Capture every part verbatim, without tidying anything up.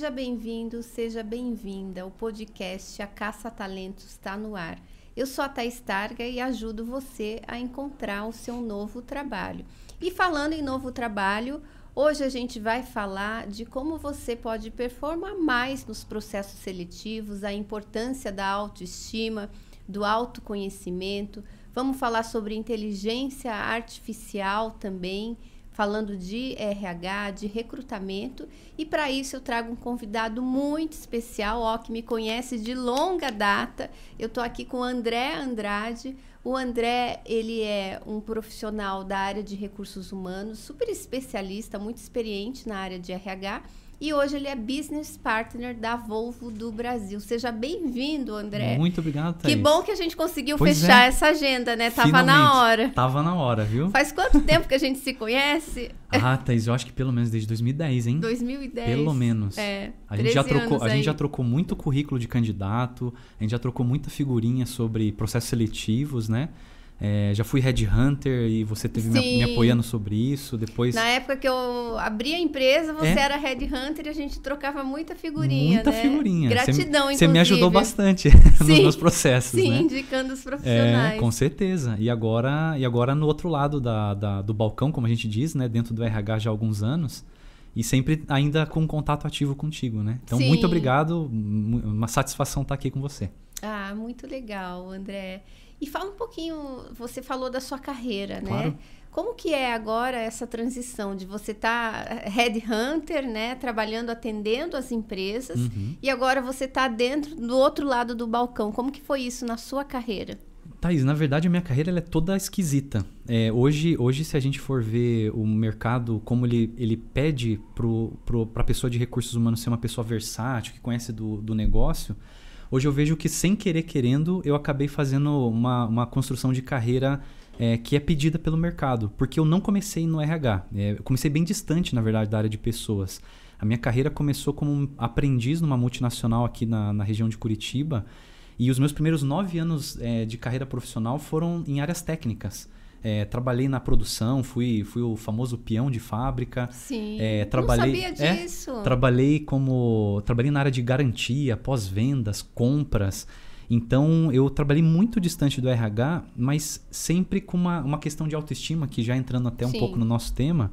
Seja bem-vindo, seja bem-vinda. O podcast A Caça Talentos está no ar. Eu sou a Thaís Targa e ajudo você a encontrar o seu novo trabalho. E falando em novo trabalho, hoje a gente vai falar de como você pode performar mais nos processos seletivos, a importância da autoestima, do autoconhecimento. Vamos falar sobre inteligência artificial também, falando de R H, de recrutamento. E para isso eu trago um convidado muito especial, ó, que me conhece de longa data. Eu estou aqui com o André Andrade. O André, ele é um profissional da área de recursos humanos, super especialista, muito experiente na área de R H. E hoje ele é Business Partner da Volvo do Brasil. Seja bem-vindo, André. Muito obrigado, Thaís. Que bom que a gente conseguiu pois fechar é. essa agenda, né? Tava Finalmente. na hora. Tava na hora, viu? Faz quanto tempo que a gente se conhece? Ah, Thaís, eu acho que pelo menos desde dois mil e dez, hein? dois mil e dez. Pelo menos. É, a gente já trocou, a aí. gente já trocou muito currículo de candidato, a gente já trocou muita figurinha sobre processos seletivos, né? É, já fui headhunter e você teve me, me apoiando sobre isso. Depois, na época que eu abri a empresa, você é? era headhunter e a gente trocava muita figurinha, Muita né? figurinha. Gratidão, você, inclusive. Você me ajudou bastante sim, nos meus processos, sim, né? indicando os profissionais. É, com certeza. E agora, e agora no outro lado da, da, do balcão, como a gente diz, né? Dentro do R H já há alguns anos. E sempre ainda com contato ativo contigo, né? Então, sim. Muito obrigado. Uma satisfação estar aqui com você. Ah, muito legal, André. E fala um pouquinho, você falou da sua carreira, claro. né? Como que é agora essa transição de você estar tá headhunter, né? Trabalhando, atendendo as empresas, uhum. e agora você está dentro do outro lado do balcão. Como que foi isso na sua carreira? Thaís, na verdade a minha carreira ela é toda esquisita. É, hoje, hoje, se a gente for ver o mercado, como ele, ele pede para a pessoa de recursos humanos ser uma pessoa versátil, que conhece do, do negócio, hoje eu vejo que sem querer querendo eu acabei fazendo uma, uma construção de carreira é, que é pedida pelo mercado. Porque eu não comecei no R H. É, eu comecei bem distante, na verdade, da área de pessoas. A minha carreira começou como um aprendiz numa multinacional aqui na, na região de Curitiba. E os meus primeiros nove anos é, de carreira profissional foram em áreas técnicas. É, trabalhei na produção, fui, fui o famoso peão de fábrica. Sim, é, trabalhei, não sabia disso. É, trabalhei como trabalhei na área de garantia, pós-vendas, compras. Então, eu trabalhei muito distante do R H, mas sempre com uma, uma questão de autoestima, que já entrando até um Sim. pouco no nosso tema,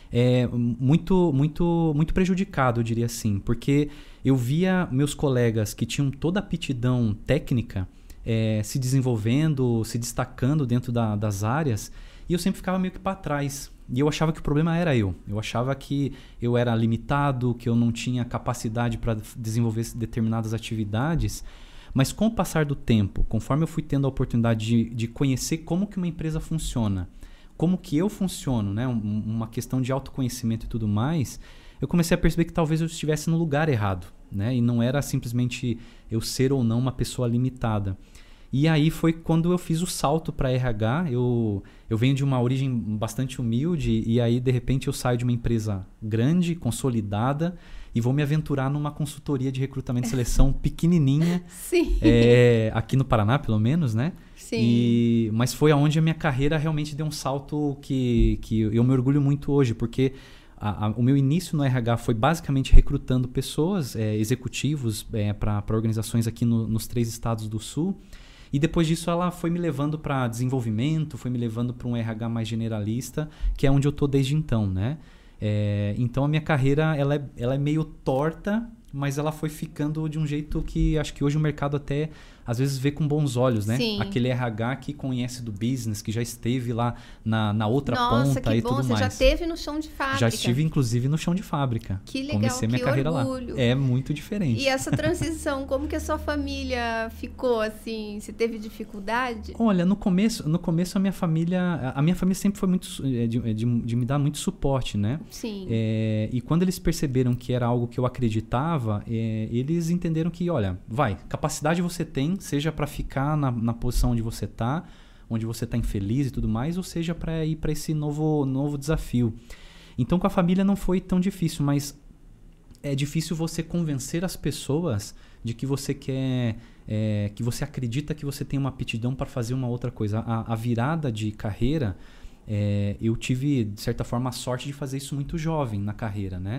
é muito, muito, muito prejudicado, eu diria assim. Porque eu via meus colegas que tinham toda a aptidão técnica É, se desenvolvendo, se destacando dentro da, das áreas, e eu sempre ficava meio que para trás. E eu achava que o problema era eu. Eu achava que eu era limitado, que eu não tinha capacidade para desenvolver determinadas atividades. Mas com o passar do tempo, conforme eu fui tendo a oportunidade de, de conhecer como que uma empresa funciona, como que eu funciono, né? Um, uma questão de autoconhecimento e tudo mais, eu comecei a perceber que talvez eu estivesse no lugar errado, né? E não era simplesmente eu ser ou não uma pessoa limitada. E aí foi quando eu fiz o salto para R H. Eu, eu venho de uma origem bastante humilde e aí, de repente, eu saio de uma empresa grande, consolidada, e vou me aventurar numa consultoria de recrutamento e seleção pequenininha. Sim. É, aqui no Paraná, pelo menos, né? Sim. E, mas foi aonde a minha carreira realmente deu um salto que, que eu me orgulho muito hoje, porque A, a, o meu início no R H foi basicamente recrutando pessoas, é, executivos, é, para organizações aqui no, nos três estados do Sul. E depois disso ela foi me levando para desenvolvimento, foi me levando para um R H mais generalista, que é onde eu estou desde então, né? É, então a minha carreira ela é, ela é meio torta, mas ela foi ficando de um jeito que acho que hoje o mercado até às vezes vê com bons olhos, né? Sim. Aquele R H que conhece do business, que já esteve lá na, na outra Nossa, ponta que e bom. tudo Você mais. já esteve no chão de fábrica. Já estive, inclusive, no chão de fábrica. Que legal, Comecei que minha carreira orgulho. lá. É muito diferente. E essa transição, como que a sua família ficou, assim? Você teve dificuldade? Olha, no começo, no começo a minha família... A minha família sempre foi muito... De, de, de me dar muito suporte, né? Sim. É, e quando eles perceberam que era algo que eu acreditava, é, eles entenderam que, olha, vai, capacidade você tem, seja para ficar Na, na posição onde você está, onde você está infeliz e tudo mais, ou seja, para ir para esse novo, novo desafio. Então, com a família não foi tão difícil, mas é difícil você convencer as pessoas de que você quer, é, que você acredita que você tem uma aptidão para fazer uma outra coisa. A, a virada de carreira, é, eu tive, de certa forma, a sorte de fazer isso muito jovem na carreira, né?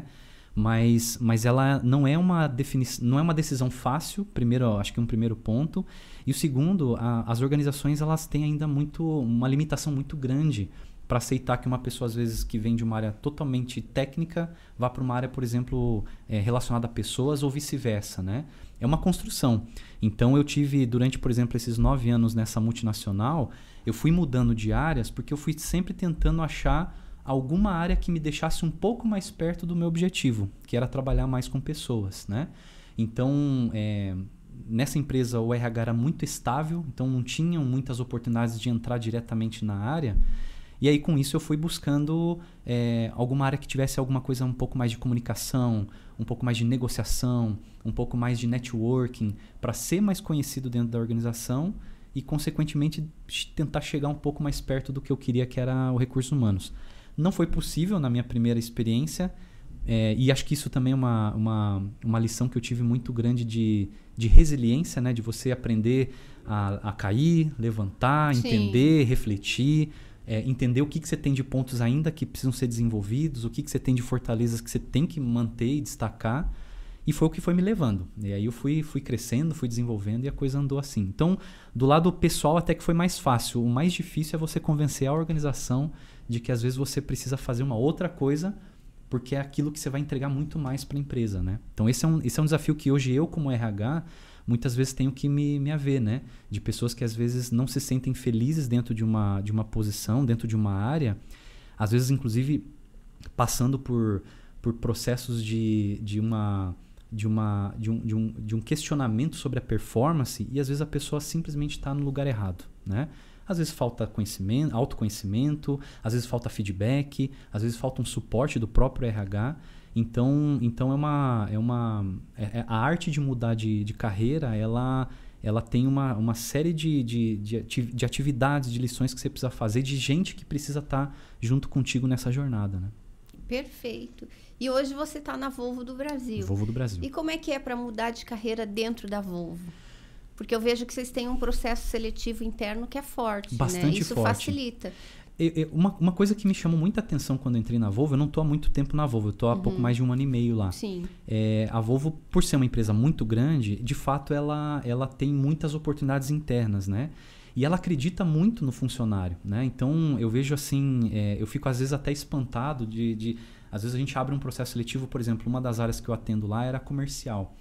mas, mas ela não é, uma defini- não é uma decisão fácil, primeiro, ó, acho que é um primeiro ponto. E o segundo, a, as organizações elas têm ainda muito, uma limitação muito grande para aceitar que uma pessoa, às vezes, que vem de uma área totalmente técnica, vá para uma área, por exemplo, é, relacionada a pessoas ou vice-versa, né? É uma construção. Então, eu tive, durante, por exemplo, esses nove anos nessa multinacional, eu fui mudando de áreas porque eu fui sempre tentando achar alguma área que me deixasse um pouco mais perto do meu objetivo, que era trabalhar mais com pessoas, né? Então, é, nessa empresa o R H era muito estável, então não tinham muitas oportunidades de entrar diretamente na área. E aí, com isso, eu fui buscando é, alguma área que tivesse alguma coisa um pouco mais de comunicação, um pouco mais de negociação, um pouco mais de networking, para ser mais conhecido dentro da organização e, consequentemente, tentar chegar um pouco mais perto do que eu queria, que era o recursos humanos. Não foi possível na minha primeira experiência, é, e acho que isso também é uma, uma, uma lição que eu tive muito grande de, de resiliência, né? De você aprender a, a cair, levantar, Sim. entender, refletir, é, entender o que, que você tem de pontos ainda que precisam ser desenvolvidos, o que, que você tem de fortalezas que você tem que manter e destacar. E foi o que foi me levando. E aí eu fui, fui crescendo, fui desenvolvendo e a coisa andou assim. Então, do lado pessoal até que foi mais fácil. O mais difícil é você convencer a organização de que às vezes você precisa fazer uma outra coisa porque é aquilo que você vai entregar muito mais para a empresa, né? Então, esse é, um, esse é um desafio que hoje eu, como R H, muitas vezes tenho que me, me haver, né? De pessoas que às vezes não se sentem felizes dentro de uma, de uma posição, dentro de uma área. Às vezes, inclusive, passando por, por processos de, de uma... De, uma, de, um, de, um, de um questionamento sobre a performance e às vezes a pessoa simplesmente está no lugar errado, né? Às vezes falta conhecimento, autoconhecimento, às vezes falta feedback, às vezes falta um suporte do próprio R H. Então, então é uma, é uma, é, a arte de mudar de, de carreira, ela, ela tem uma, uma série de, de, de, de atividades, de lições que você precisa fazer, de gente que precisa estar junto contigo nessa jornada, né? Perfeito. E hoje você está na Volvo do Brasil. Volvo do Brasil. E como é que é para mudar de carreira dentro da Volvo? Porque eu vejo que vocês têm um processo seletivo interno que é forte, Bastante né? Isso forte. facilita. Eu, eu, uma, uma coisa que me chamou muita atenção quando eu entrei na Volvo, eu não estou há muito tempo na Volvo, eu estou há Uhum. pouco mais de um ano e meio lá. Sim. É, a Volvo, por ser uma empresa muito grande, de fato ela, ela tem muitas oportunidades internas, né? E ela acredita muito no funcionário, né? Então, eu vejo assim, é, eu fico às vezes até espantado de, de... Às vezes a gente abre um processo seletivo, por exemplo, uma das áreas que eu atendo lá era comercial.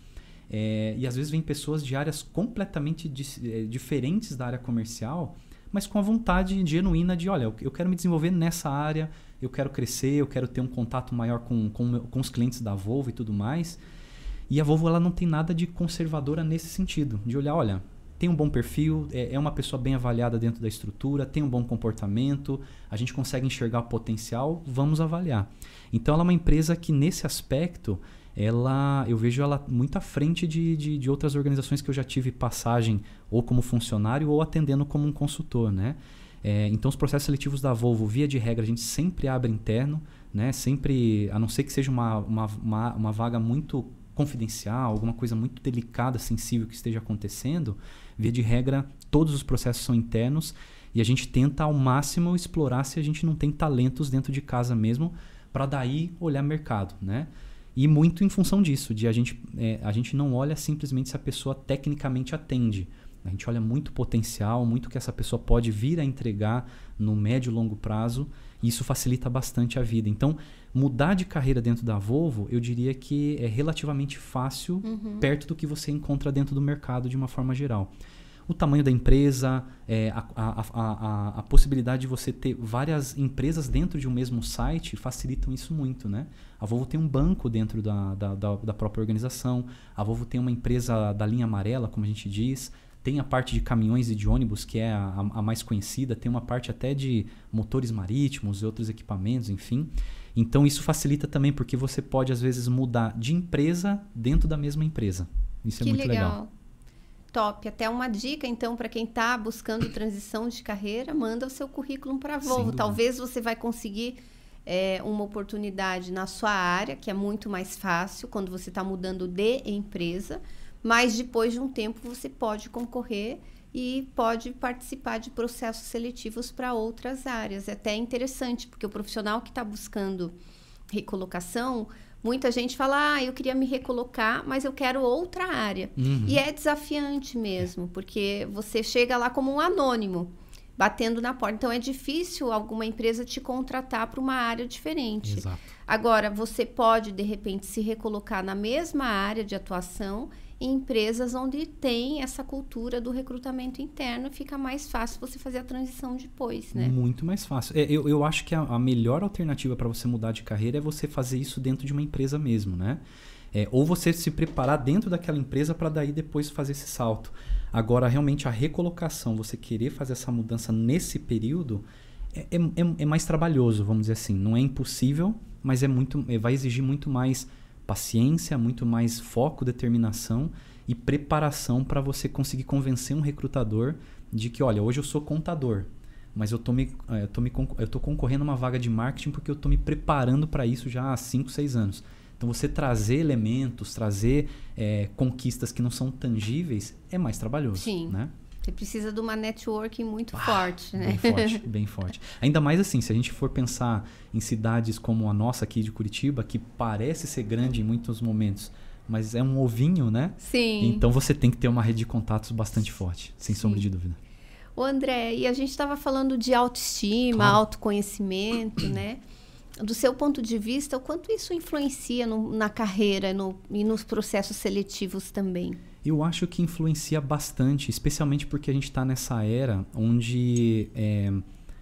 É, e às vezes vem pessoas de áreas completamente di- é, diferentes da área comercial, mas com a vontade genuína de, olha, eu, eu quero me desenvolver nessa área, eu quero crescer, eu quero ter um contato maior com, com, com os clientes da Volvo e tudo mais. E a Volvo ela não tem nada de conservadora nesse sentido, de olhar, olha... Tem um bom perfil, é uma pessoa bem avaliada dentro da estrutura, tem um bom comportamento, a gente consegue enxergar o potencial, vamos avaliar. Então, ela é uma empresa que, nesse aspecto, ela, eu vejo ela muito à frente de, de, de outras organizações que eu já tive passagem ou como funcionário ou atendendo como um consultor, né? É, então, os processos seletivos da Volvo, via de regra, a gente sempre abre interno, né? Sempre, a não ser que seja uma, uma, uma, uma vaga muito confidencial, alguma coisa muito delicada, sensível que esteja acontecendo, via de regra, todos os processos são internos e a gente tenta ao máximo explorar se a gente não tem talentos dentro de casa mesmo, para daí olhar mercado, né? E muito em função disso, de a gente, é, a gente não olha simplesmente se a pessoa tecnicamente atende. A gente olha muito potencial, muito que essa pessoa pode vir a entregar no médio e longo prazo, e isso facilita bastante a vida. Então, mudar de carreira dentro da Volvo, eu diria que é relativamente fácil, uhum. perto do que você encontra dentro do mercado de uma forma geral. O tamanho da empresa, é, a, a, a, a possibilidade de você ter várias empresas dentro de um mesmo site facilitam isso muito, né? A Volvo tem um banco dentro da, da, da, da própria organização, a Volvo tem uma empresa da linha amarela, como a gente diz, tem a parte de caminhões e de ônibus, que é a, a mais conhecida, tem uma parte até de motores marítimos e outros equipamentos, enfim. Então, isso facilita também, porque você pode, às vezes, mudar de empresa dentro da mesma empresa. Isso é muito legal. legal. Top. Até uma dica, então, para quem está buscando transição de carreira, manda o seu currículo para a Volvo. Talvez você vai conseguir é, uma oportunidade na sua área, que é muito mais fácil quando você está mudando de empresa, mas depois de um tempo você pode concorrer e pode participar de processos seletivos para outras áreas. É até interessante, porque o profissional que está buscando recolocação, Muita gente fala, ah, eu queria me recolocar, mas eu quero outra área. Uhum. E é desafiante mesmo, porque você chega lá como um anônimo, batendo na porta. Então, é difícil alguma empresa te contratar para uma área diferente. Exato. Agora, você pode, de repente, se recolocar na mesma área de atuação em empresas onde tem essa cultura do recrutamento interno. Fica mais fácil você fazer a transição depois, né? Muito mais fácil. É, eu, eu acho que a, a melhor alternativa para você mudar de carreira é você fazer isso dentro de uma empresa mesmo, né? É, ou você se preparar dentro daquela empresa para daí depois fazer esse salto. Agora, realmente, a recolocação, você querer fazer essa mudança nesse período, é, é, é mais trabalhoso, vamos dizer assim. Não é impossível, mas é muito, é, vai exigir muito mais paciência, muito mais foco, determinação e preparação para você conseguir convencer um recrutador de que, olha, hoje eu sou contador, mas eu tô me, eu tô me, eu tô concorrendo a uma vaga de marketing porque eu tô me preparando para isso já há cinco, seis anos. Então, você trazer elementos, trazer é, conquistas que não são tangíveis é mais trabalhoso. Sim. Né? Você precisa de uma networking muito ah, forte, né? Bem forte, bem forte. Ainda mais assim, se a gente for pensar em cidades como a nossa aqui de Curitiba, que parece ser grande em muitos momentos, mas é um ovinho, né? Sim. Então, você tem que ter uma rede de contatos bastante forte, sem Sim. sombra de dúvida. Ô, André, e a gente estava falando de autoestima, claro. Autoconhecimento, né? Do seu ponto de vista, o quanto isso influencia no, na carreira no, e nos processos seletivos também? Eu acho que influencia bastante, especialmente porque a gente está nessa era onde é,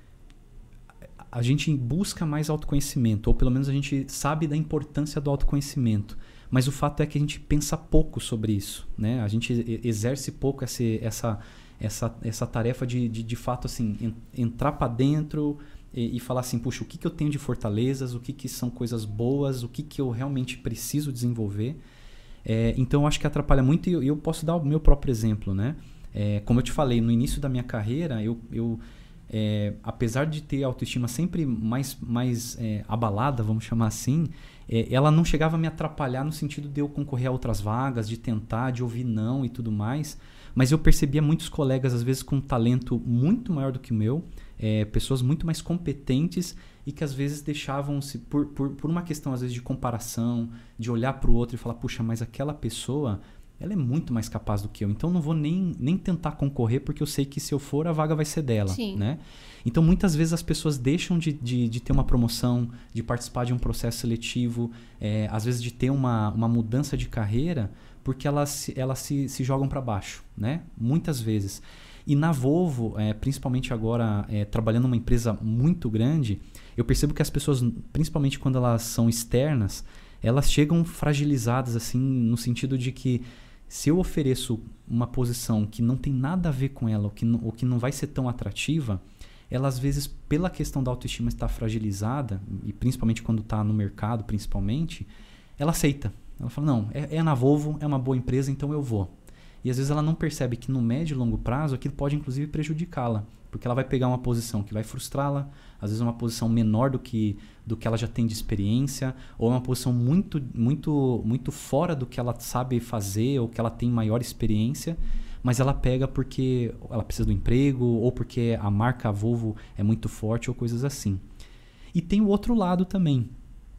a gente busca mais autoconhecimento, ou pelo menos a gente sabe da importância do autoconhecimento. Mas o fato é que a gente pensa pouco sobre isso, né? A gente exerce pouco essa, essa, essa, essa tarefa de, de, de fato, assim, entrar para dentro... E, e falar assim, puxa, o que, que eu tenho de fortalezas, o que, que são coisas boas, o que, que eu realmente preciso desenvolver. É, então, eu acho que atrapalha muito e eu, eu posso dar o meu próprio exemplo, né? É, como eu te falei, no início da minha carreira, eu, eu é, apesar de ter a autoestima sempre mais, mais é, abalada, vamos chamar assim, é, ela não chegava a me atrapalhar no sentido de eu concorrer a outras vagas, de tentar, de ouvir não e tudo mais. Mas eu percebia muitos colegas, às vezes, com um talento muito maior do que o meu, É, pessoas muito mais competentes e que às vezes deixavam-se, por, por, por uma questão às vezes de comparação, de olhar para o outro e falar, puxa, mas aquela pessoa, ela é muito mais capaz do que eu, então não vou nem, nem tentar concorrer porque eu sei que se eu for a vaga vai ser dela. Sim. Né? Então muitas vezes as pessoas deixam de, de, de ter uma promoção, de participar de um processo seletivo, é, às vezes de ter uma, uma mudança de carreira porque elas, elas se, se jogam para baixo, né? Muitas vezes. E na Volvo, é, principalmente agora, é, trabalhando numa empresa muito grande, eu percebo que as pessoas, principalmente quando elas são externas, elas chegam fragilizadas, assim, no sentido de que se eu ofereço uma posição que não tem nada a ver com ela, ou que não, ou que não vai ser tão atrativa, ela às vezes, pela questão da autoestima estar fragilizada, e principalmente quando está no mercado, principalmente, ela aceita. Ela fala, não, é, é na Volvo, é uma boa empresa, então eu vou. E às vezes ela não percebe que no médio e longo prazo aquilo pode inclusive prejudicá-la, porque ela vai pegar uma posição que vai frustrá-la, às vezes uma posição menor do que, do que ela já tem de experiência, ou uma posição muito, muito, muito fora do que ela sabe fazer, ou que ela tem maior experiência, mas ela pega porque ela precisa do emprego, ou porque a marca Volvo é muito forte, ou coisas assim. E tem o outro lado também.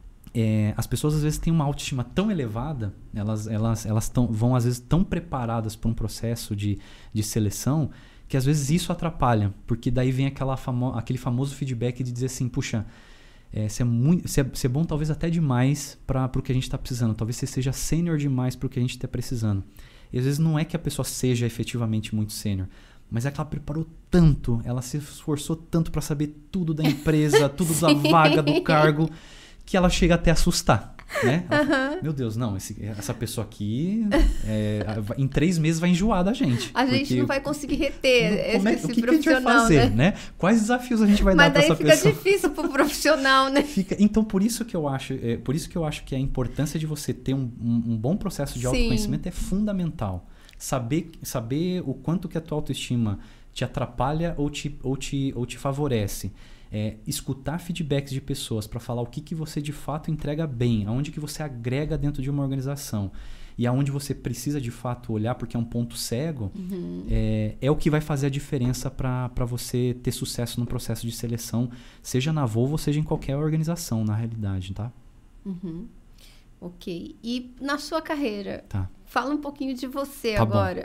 É, as pessoas às vezes têm uma autoestima tão elevada, elas, elas, elas tão, vão às vezes tão preparadas para um processo de, de seleção, que às vezes isso atrapalha, porque daí vem aquela famo, aquele famoso feedback de dizer assim, puxa, é, você, é muito, você, é, você é bom talvez até demais para o que a gente está precisando, talvez você seja sênior demais para o que a gente está precisando. E às vezes não é que a pessoa seja efetivamente muito sênior, mas é que ela preparou tanto, ela se esforçou tanto para saber tudo da empresa, tudo da vaga, do cargo, que ela chega até a assustar, né? Ela fala, meu Deus, não, esse, essa pessoa aqui é, em três meses vai enjoar da gente. A gente não vai conseguir reter como é, esse o que profissional, que a gente vai fazer, né? né? Quais desafios a gente vai Mas dar para essa pessoa? Mas daí fica difícil para o profissional, né? Fica, então, por isso que eu acho, é, por isso que eu acho que a importância de você ter um, um, um bom processo de autoconhecimento Sim. é fundamental. Saber, saber o quanto que a tua autoestima te atrapalha ou te, ou te, ou te favorece. É, escutar feedbacks de pessoas para falar o que, que você de fato entrega bem, aonde que você agrega dentro de uma organização e aonde você precisa de fato olhar porque é um ponto cego, uhum. é, é o que vai fazer a diferença para você ter sucesso no processo de seleção, seja na Volvo ou seja em qualquer organização, na realidade, tá? Uhum. Ok. E na sua carreira? Tá. Fala um pouquinho de você Tá agora.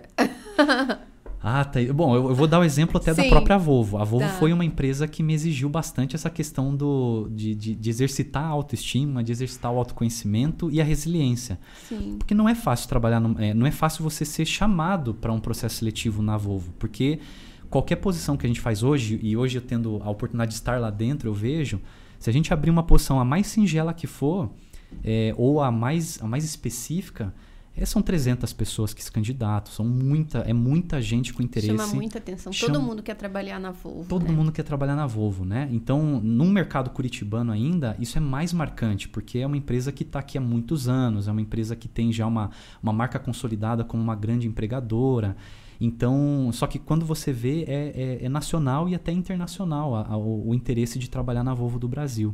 Ah, tá. Bom, eu, eu vou dar o exemplo até Sim. da própria Volvo. A Volvo Tá. foi uma empresa que me exigiu bastante essa questão do, de, de, de exercitar a autoestima, de exercitar o autoconhecimento e a resiliência. Sim. Porque não é fácil trabalhar, no, é, não é fácil você ser chamado para um processo seletivo na Volvo. Porque qualquer posição que a gente faz hoje, e hoje eu tendo a oportunidade de estar lá dentro, eu vejo, se a gente abrir uma posição a mais singela que for, é, ou a mais, a mais específica, é, são trezentas pessoas que se candidatam, são muita, é muita gente com interesse. Chama muita atenção. Chama- Todo mundo quer trabalhar na Volvo. Todo né? mundo quer trabalhar na Volvo, né? Então, no mercado curitibano ainda, isso é mais marcante, porque é uma empresa que está aqui há muitos anos, é uma empresa que tem já uma, uma marca consolidada como uma grande empregadora. Então, só que quando você vê, é, é, é nacional e até internacional a, a, o, o interesse de trabalhar na Volvo do Brasil.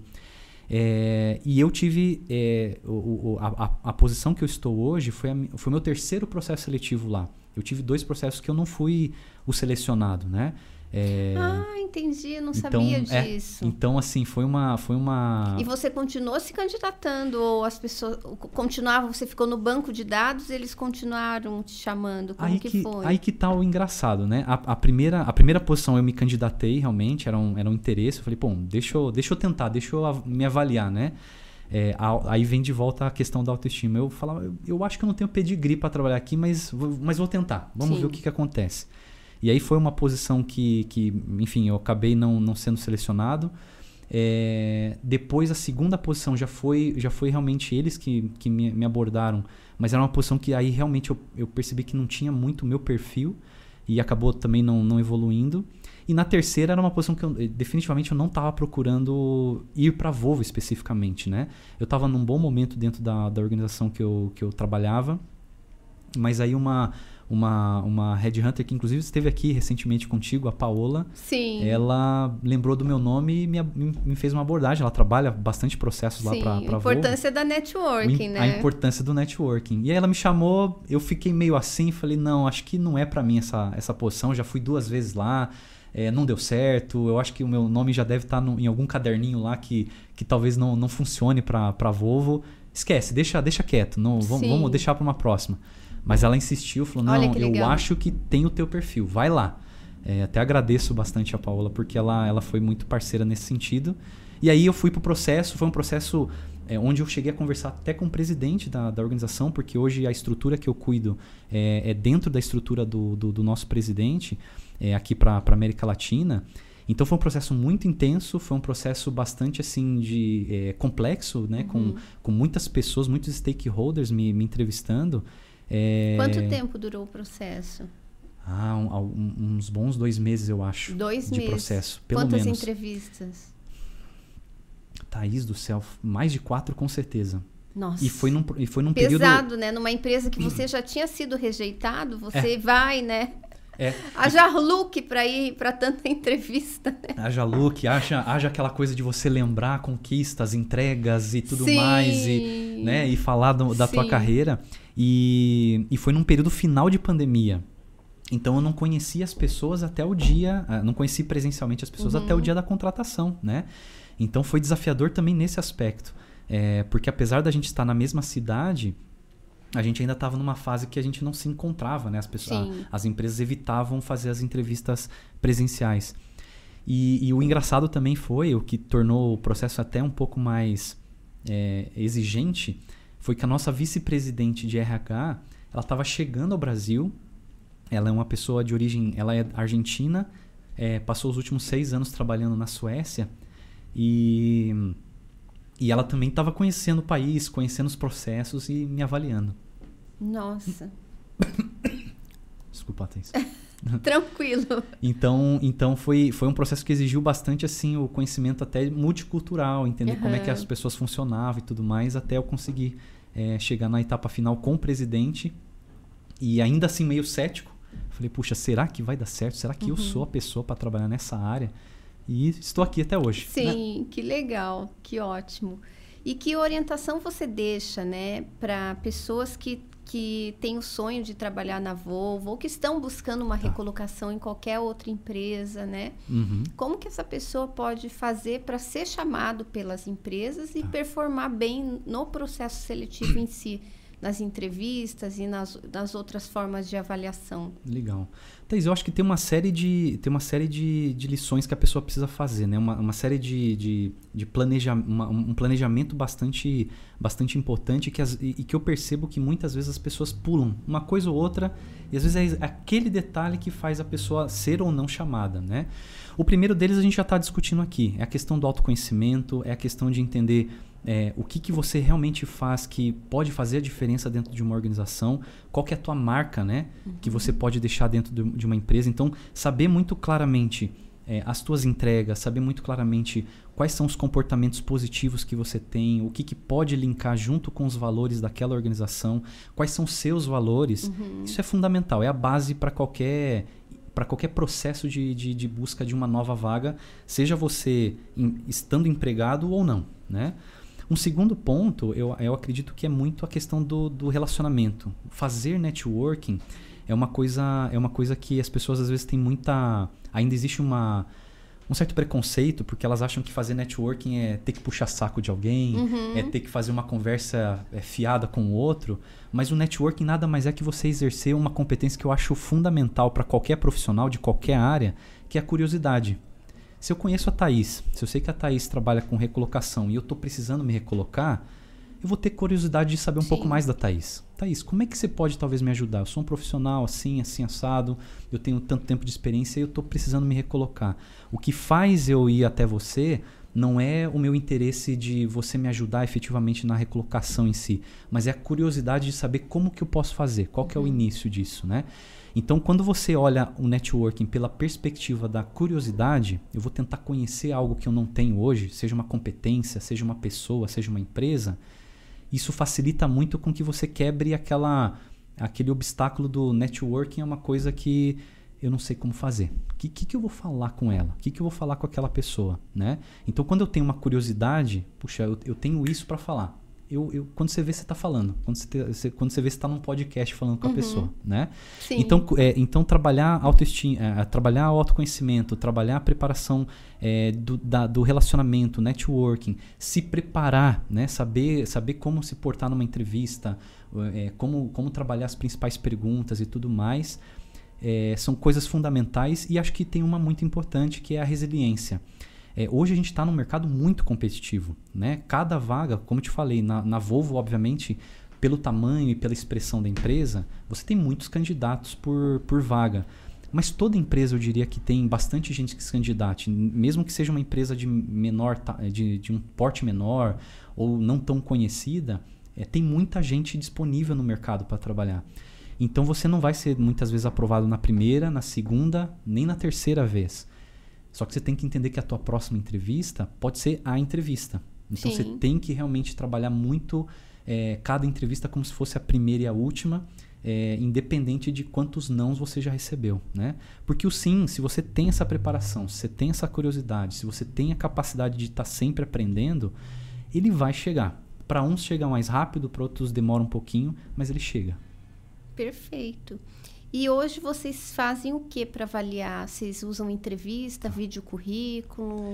É, e eu tive, é, o, o, a, a posição que eu estou hoje foi, a, foi o meu terceiro processo seletivo lá. Eu tive dois processos que eu não fui o selecionado, né? É, Ah, entendi. Eu não então, sabia é, disso. então, assim, foi uma... Foi uma... E você continuou se candidatando ou as pessoas continuavam, você ficou no banco de dados e eles continuaram te chamando? Como Aí que, que, foi? aí que tá o engraçado, né? A, a, primeira, a primeira posição eu me candidatei realmente, era um, era um interesse. Eu falei, bom, deixa eu, deixa eu tentar, deixa eu av- me avaliar, né? É, a- aí vem de volta a questão da autoestima. Eu falava, eu, eu acho que eu não tenho pedigree para trabalhar aqui, mas, vou- mas vou tentar. Vamos Sim. ver o que, que acontece. E aí foi uma posição que, que enfim, eu acabei não, não sendo selecionado. É, depois a segunda posição já foi, já foi realmente eles que, que me, me abordaram, mas era uma posição que aí realmente eu, eu percebi que não tinha muito o meu perfil e acabou também não, não evoluindo. E na terceira era uma posição que eu, definitivamente eu não estava procurando ir para a Volvo especificamente, né? Eu estava num bom momento dentro da, da organização que eu, que eu trabalhava, mas aí uma... Uma, uma headhunter que inclusive esteve aqui recentemente contigo, a Paola. Sim. Ela lembrou do meu nome e me, me, me fez uma abordagem. Ela trabalha bastante processos lá Sim, para a a Volvo. importância da networking, O- né? A importância do networking. E aí ela me chamou, eu fiquei meio assim, falei, não, acho que não é para mim essa, essa posição. Já fui duas vezes lá, é, não deu certo. Eu acho que o meu nome já deve estar no, em algum caderninho lá que, que talvez não, não funcione para a Volvo. Esquece, deixa, deixa quieto, não, vamos, Sim. vamos deixar para uma próxima. Mas ela insistiu, falou, Olha não, que eu legal. acho que tem o teu perfil, vai lá. É, até agradeço bastante a Paola, porque ela, ela foi muito parceira nesse sentido. E aí eu fui pro processo, foi um processo é, onde eu cheguei a conversar até com o presidente da, da organização, porque hoje a estrutura que eu cuido é, é dentro da estrutura do, do, do nosso presidente, é, aqui para a América Latina. Então foi um processo muito intenso, foi um processo bastante assim de é, complexo, né? Uhum. com, com muitas pessoas, muitos stakeholders me, me entrevistando. É... Quanto tempo durou o processo? Ah, um- um- uns bons dois meses, eu acho. Dois de meses. processo, pelo Quantas menos. entrevistas? Thaís do céu, mais de quatro com certeza. Nossa. E foi num, e foi num período... Pesado, né? Numa empresa que você já tinha sido rejeitado, você vai, né? É, Haja look para ir para tanta entrevista, né? haja look, haja, haja aquela coisa de você lembrar conquistas, entregas e tudo Sim. mais, e, né, e falar do- da tua Sim. carreira. E, e foi num período final de pandemia. Então eu não conhecia as pessoas até o dia, ah, não conheci presencialmente as pessoas Uhum. até o dia da contratação, né? Então foi desafiador também nesse aspecto. É, porque apesar da gente estar na mesma cidade, a gente ainda estava numa fase que a gente não se encontrava, né? As, pessoas, Sim. a- as empresas evitavam fazer as entrevistas presenciais. E, e o engraçado também foi, o que tornou o processo até um pouco mais é, exigente, foi que a nossa vice-presidente de R H, ela estava chegando ao Brasil. Ela é uma pessoa de origem, ela é argentina, é, passou os últimos seis anos trabalhando na Suécia e, e ela também estava conhecendo o país, conhecendo os processos e me avaliando. Nossa. Desculpa, Thaís. Tranquilo. Então, então foi, foi um processo que exigiu bastante assim o conhecimento até multicultural, entender como é que Aham. as pessoas funcionavam e tudo mais, até eu conseguir é, chegar na etapa final com o presidente e ainda assim meio cético. Falei, puxa, será que vai dar certo? Será que eu sou a pessoa para trabalhar nessa área? E estou aqui até hoje. né? Sim, que legal, que ótimo. E que orientação você deixa, né, para pessoas que que têm o sonho de trabalhar na Volvo ou que estão buscando uma tá. recolocação em qualquer outra empresa, né? Uhum. Como que essa pessoa pode fazer para ser chamado pelas empresas e tá. performar bem no processo seletivo em si, nas entrevistas e nas, nas outras formas de avaliação? Legal. Thaís, eu acho que tem uma série de, tem uma série de, de lições que a pessoa precisa fazer, né? Uma, uma série de, de, de planeja, uma, um planejamento bastante, bastante importante que as, e, e que eu percebo que muitas vezes as pessoas pulam uma coisa ou outra e às vezes é aquele detalhe que faz a pessoa ser ou não chamada, né? O primeiro deles a gente já está discutindo aqui. É a questão do autoconhecimento, é a questão de entender É, o que, que você realmente faz que pode fazer a diferença dentro de uma organização, qual que é a tua marca, né, uhum. que você pode deixar dentro de, de uma empresa. Então, saber muito claramente é, as tuas entregas, saber muito claramente quais são os comportamentos positivos que você tem, o que, que pode linkar junto com os valores daquela organização, quais são os seus valores. Uhum. Isso é fundamental, é a base para qualquer... para qualquer processo de, de, de busca de uma nova vaga, seja você em, estando empregado ou não, né? Um segundo ponto, eu, eu acredito que é muito a questão do, do relacionamento. Fazer networking é uma coisa, é uma coisa que as pessoas às vezes têm muita... Ainda existe uma, um certo preconceito, porque elas acham que fazer networking é ter que puxar saco de alguém, uhum. é ter que fazer uma conversa é, fiada com o outro. Mas o networking nada mais é que você exercer uma competência que eu acho fundamental para qualquer profissional de qualquer área, que é a curiosidade. Se eu conheço a Thaís, se eu sei que a Thaís trabalha com recolocação e eu estou precisando me recolocar, eu vou ter curiosidade de saber um Sim. pouco mais da Thaís. Thaís, como é que você pode talvez me ajudar? Eu sou um profissional assim, assim, assado, eu tenho tanto tempo de experiência e eu estou precisando me recolocar. O que faz eu ir até você não é o meu interesse de você me ajudar efetivamente na recolocação em si, mas é a curiosidade de saber como que eu posso fazer, qual que é o início disso, né? Então, quando você olha o networking pela perspectiva da curiosidade, eu vou tentar conhecer algo que eu não tenho hoje, seja uma competência, seja uma pessoa, seja uma empresa, isso facilita muito com que você quebre aquela, aquele obstáculo do networking, é uma coisa que eu não sei como fazer. O que, que, que eu vou falar com ela? O que, que eu vou falar com aquela pessoa? Né? Então, quando eu tenho uma curiosidade, puxa, eu, eu tenho isso para falar. Eu, eu, quando você vê, você está falando. Quando você, te, você, quando você vê, você está num podcast falando com uhum. a pessoa. Né? Sim. Então, é, então, trabalhar autoestima, é, trabalhar o autoconhecimento, trabalhar a preparação é, do, da, do relacionamento, networking, se preparar, né? saber, saber como se portar numa entrevista, é, como, como trabalhar as principais perguntas e tudo mais, é, são coisas fundamentais. E acho que tem uma muito importante, que é a resiliência. É, hoje a gente está num mercado muito competitivo, né? Cada vaga, como eu te falei, na, na Volvo, obviamente, pelo tamanho e pela expressão da empresa, você tem muitos candidatos por, por vaga. Mas toda empresa, eu diria que tem bastante gente que se candidate, mesmo que seja uma empresa de, menor, de, de um porte menor ou não tão conhecida, é, tem muita gente disponível no mercado para trabalhar. Então você não vai ser muitas vezes aprovado na primeira, na segunda, nem na terceira vez. Só que você tem que entender que a tua próxima entrevista pode ser a entrevista. Então, Sim. você tem que realmente trabalhar muito é, cada entrevista como se fosse a primeira e a última, é, independente de quantos nãos você já recebeu. Né? Porque o sim, se você tem essa preparação, se você tem essa curiosidade, se você tem a capacidade de estar sempre aprendendo, ele vai chegar. Para uns chega mais rápido, para outros demora um pouquinho, mas ele chega. Perfeito. E hoje vocês fazem o que para avaliar? Vocês usam entrevista, vídeo currículo,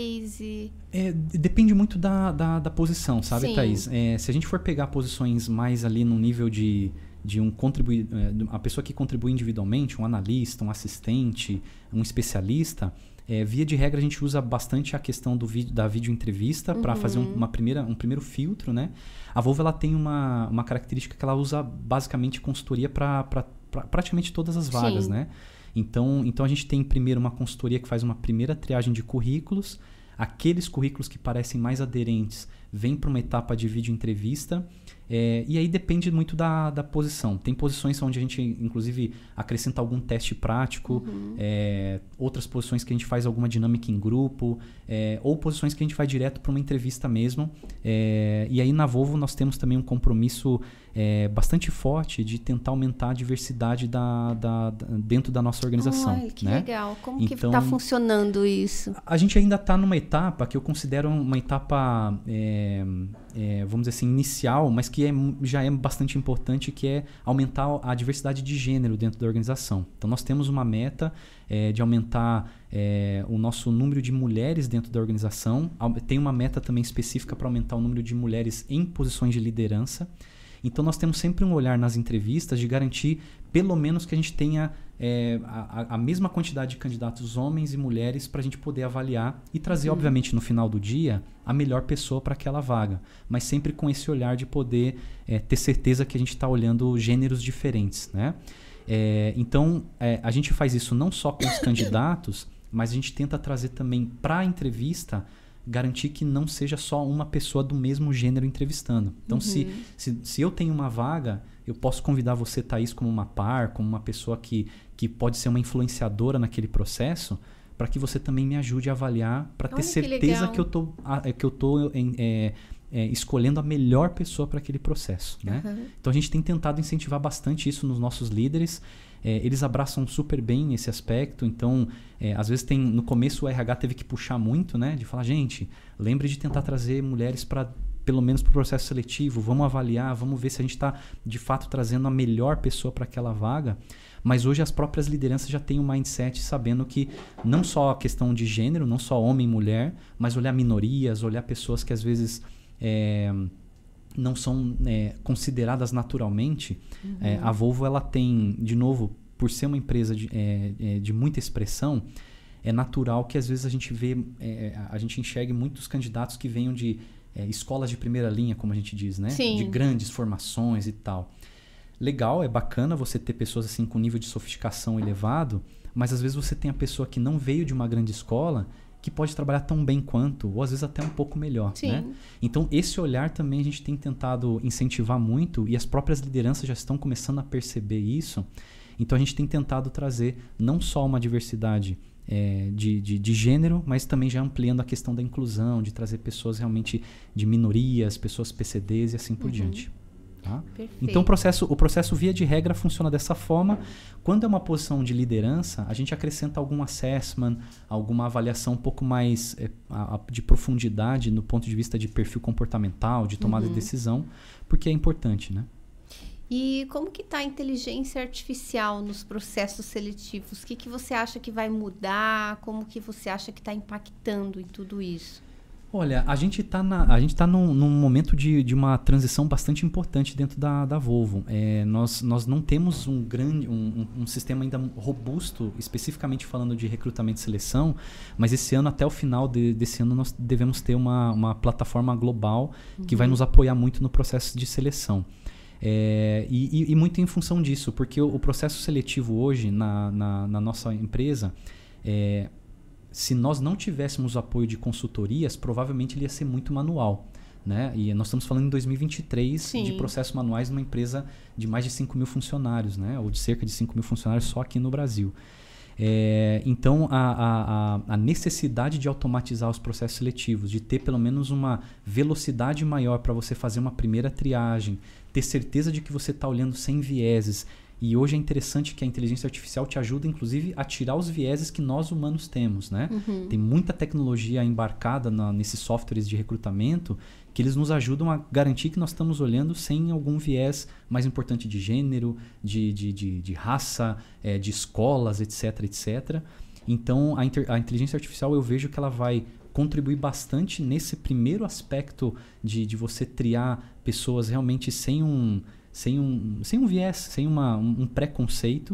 case? É, depende muito da, da, da posição, sabe, Sim. Thaís? É, se a gente for pegar posições mais ali no nível de, de um contribuir, a pessoa que contribui individualmente, um analista, um assistente, um especialista, é, via de regra a gente usa bastante a questão do vídeo, da videoentrevista uhum. para fazer um, uma primeira, um primeiro filtro, né? A Volvo ela tem uma, uma característica que ela usa basicamente consultoria para pra, praticamente todas as vagas, Sim. né? Então, então a gente tem primeiro uma consultoria que faz uma primeira triagem de currículos. Aqueles currículos que parecem mais aderentes vêm para uma etapa de vídeo entrevista. É, e aí depende muito da, da posição. Tem posições onde a gente, inclusive, acrescenta algum teste prático, uhum. é, outras posições que a gente faz alguma dinâmica em grupo, é, ou posições que a gente vai direto para uma entrevista mesmo. É, e aí na Volvo nós temos também um compromisso é, bastante forte de tentar aumentar a diversidade da, da, da, dentro da nossa organização. Ai, que né? legal. Como então, que está funcionando isso? A gente ainda está numa etapa que eu considero uma etapa... É, é, é, vamos dizer assim, inicial, mas que é, já é bastante importante, que é aumentar a diversidade de gênero dentro da organização. Então, nós temos uma meta é, de aumentar é, o nosso número de mulheres dentro da organização. Tem uma meta também específica para aumentar o número de mulheres em posições de liderança. Então, nós temos sempre um olhar nas entrevistas de garantir, pelo menos, que a gente tenha é, a, a mesma quantidade de candidatos homens e mulheres para a gente poder avaliar e trazer, uhum. obviamente, no final do dia, a melhor pessoa para aquela vaga. Mas sempre com esse olhar de poder é, ter certeza que a gente está olhando gêneros diferentes, né? É, então, é, a gente faz isso não só com os candidatos, mas a gente tenta trazer também para a entrevista, garantir que não seja só uma pessoa do mesmo gênero entrevistando. Então, uhum. se, se, se eu tenho uma vaga, eu posso convidar você, Thaís, como uma par, como uma pessoa que, que pode ser uma influenciadora naquele processo, para que você também me ajude a avaliar, para ter certeza que, que eu tô, que eu tô em, é, é, escolhendo a melhor pessoa para aquele processo. Né? Uhum. Então, a gente tem tentado incentivar bastante isso nos nossos líderes. É, eles abraçam super bem esse aspecto. Então, é, às vezes tem, no começo o R H teve que puxar muito, né? De falar, gente, lembre de tentar trazer mulheres para, pelo menos para o processo seletivo, vamos avaliar, vamos ver se a gente está de fato trazendo a melhor pessoa para aquela vaga. Mas hoje as próprias lideranças já têm um mindset sabendo que não só a questão de gênero, não só homem e mulher, mas olhar minorias, olhar pessoas que às vezes é, não são é, consideradas naturalmente. Uhum. É, a Volvo, ela tem, de novo, por ser uma empresa de, é, de muita expressão, é natural que às vezes a gente vê, é, a gente enxergue muitos candidatos que venham de é, escolas de primeira linha, como a gente diz, né? Sim. De grandes formações e tal. Legal, é bacana você ter pessoas assim com nível de sofisticação elevado, mas às vezes você tem a pessoa que não veio de uma grande escola, que pode trabalhar tão bem quanto, ou às vezes até um pouco melhor. Sim. Né? Então, esse olhar também a gente tem tentado incentivar muito, e as próprias lideranças já estão começando a perceber isso. Então, a gente tem tentado trazer não só uma diversidade é, de, de, de gênero, mas também já ampliando a questão da inclusão, de trazer pessoas realmente de minorias, pessoas P C Ds e assim por uhum. diante. Tá? Então, o processo, o processo, via de regra, funciona dessa forma. Quando é uma posição de liderança, a gente acrescenta algum assessment, alguma avaliação um pouco mais é, a, a, de profundidade no ponto de vista de perfil comportamental, de tomada uhum. de decisão, porque é importante, né? E como que está a inteligência artificial nos processos seletivos? O que, que você acha que vai mudar? Como que você acha que está impactando em tudo isso? Olha, a gente está a gente tá num, num momento de, de uma transição bastante importante dentro da, da Volvo. É, nós, nós não temos um grande um, um, um sistema ainda robusto, especificamente falando de recrutamento e seleção, mas esse ano, até o final de, desse ano, nós devemos ter uma, uma plataforma global uhum. que vai nos apoiar muito no processo de seleção. É, e, e, e muito em função disso, porque o, o processo seletivo hoje na, na, na nossa empresa, é, se nós não tivéssemos o apoio de consultorias, provavelmente ele ia ser muito manual. Né? E nós estamos falando em dois mil e vinte e três Sim. de processos manuais numa empresa de mais de cinco mil funcionários, né? Ou de cerca de cinco mil funcionários só aqui no Brasil. É, então, a, a, a necessidade de automatizar os processos seletivos, de ter pelo menos uma velocidade maior para você fazer uma primeira triagem, ter certeza de que você está olhando sem vieses. E hoje é interessante que a inteligência artificial te ajuda, inclusive, a tirar os vieses que nós humanos temos. Né? Uhum. Tem muita tecnologia embarcada na, nesses softwares de recrutamento que eles nos ajudam a garantir que nós estamos olhando sem algum viés mais importante de gênero, de, de, de, de raça, é, de escolas, etc, etcétera. Então, a, inter, a inteligência artificial, eu vejo que ela vai contribuir bastante nesse primeiro aspecto de, de você triar pessoas realmente sem um... Sem um, sem um viés, sem uma, um, um preconceito.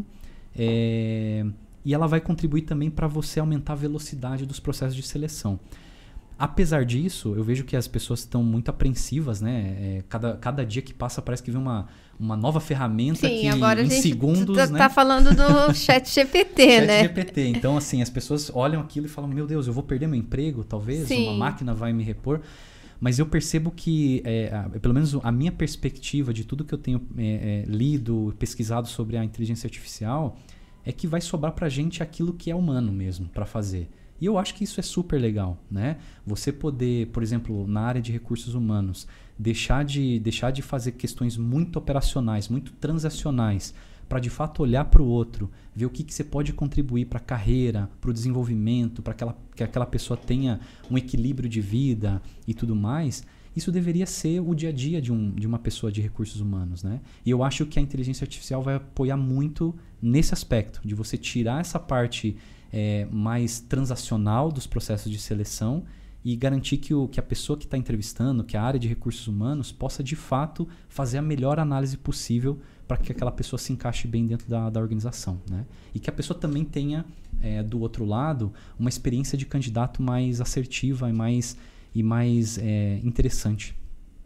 É, e ela vai contribuir também para você aumentar a velocidade dos processos de seleção. Apesar disso, eu vejo que as pessoas estão muito apreensivas, né? É, cada, cada dia que passa parece que vem uma, uma nova ferramenta. Sim, que agora em a gente segundos, tá, né? tá falando do chat G P T, né? chat G P T. Então, assim, as pessoas olham aquilo e falam, meu Deus, eu vou perder meu emprego, talvez? Sim. Uma máquina vai me repor. Mas eu percebo que, é, a, pelo menos a minha perspectiva de tudo que eu tenho é, é, lido, pesquisado sobre a inteligência artificial, é que vai sobrar para a gente aquilo que é humano mesmo para fazer. E eu acho que isso é super legal, né? Você poder, por exemplo, na área de recursos humanos, deixar de, deixar de fazer questões muito operacionais, muito transacionais, para de fato olhar para o outro, ver o que, que você pode contribuir para a carreira, para o desenvolvimento, para aquela, que aquela pessoa tenha um equilíbrio de vida e tudo mais. Isso deveria ser o dia a dia de, um, de uma pessoa de recursos humanos, né? E eu acho que a inteligência artificial vai apoiar muito nesse aspecto, de você tirar essa parte é, mais transacional dos processos de seleção e garantir que, o, que a pessoa que está entrevistando, que a área de recursos humanos, possa de fato fazer a melhor análise possível para que aquela pessoa se encaixe bem dentro da, da organização, né? E que a pessoa também tenha, é, do outro lado, uma experiência de candidato mais assertiva e mais, e mais é, interessante.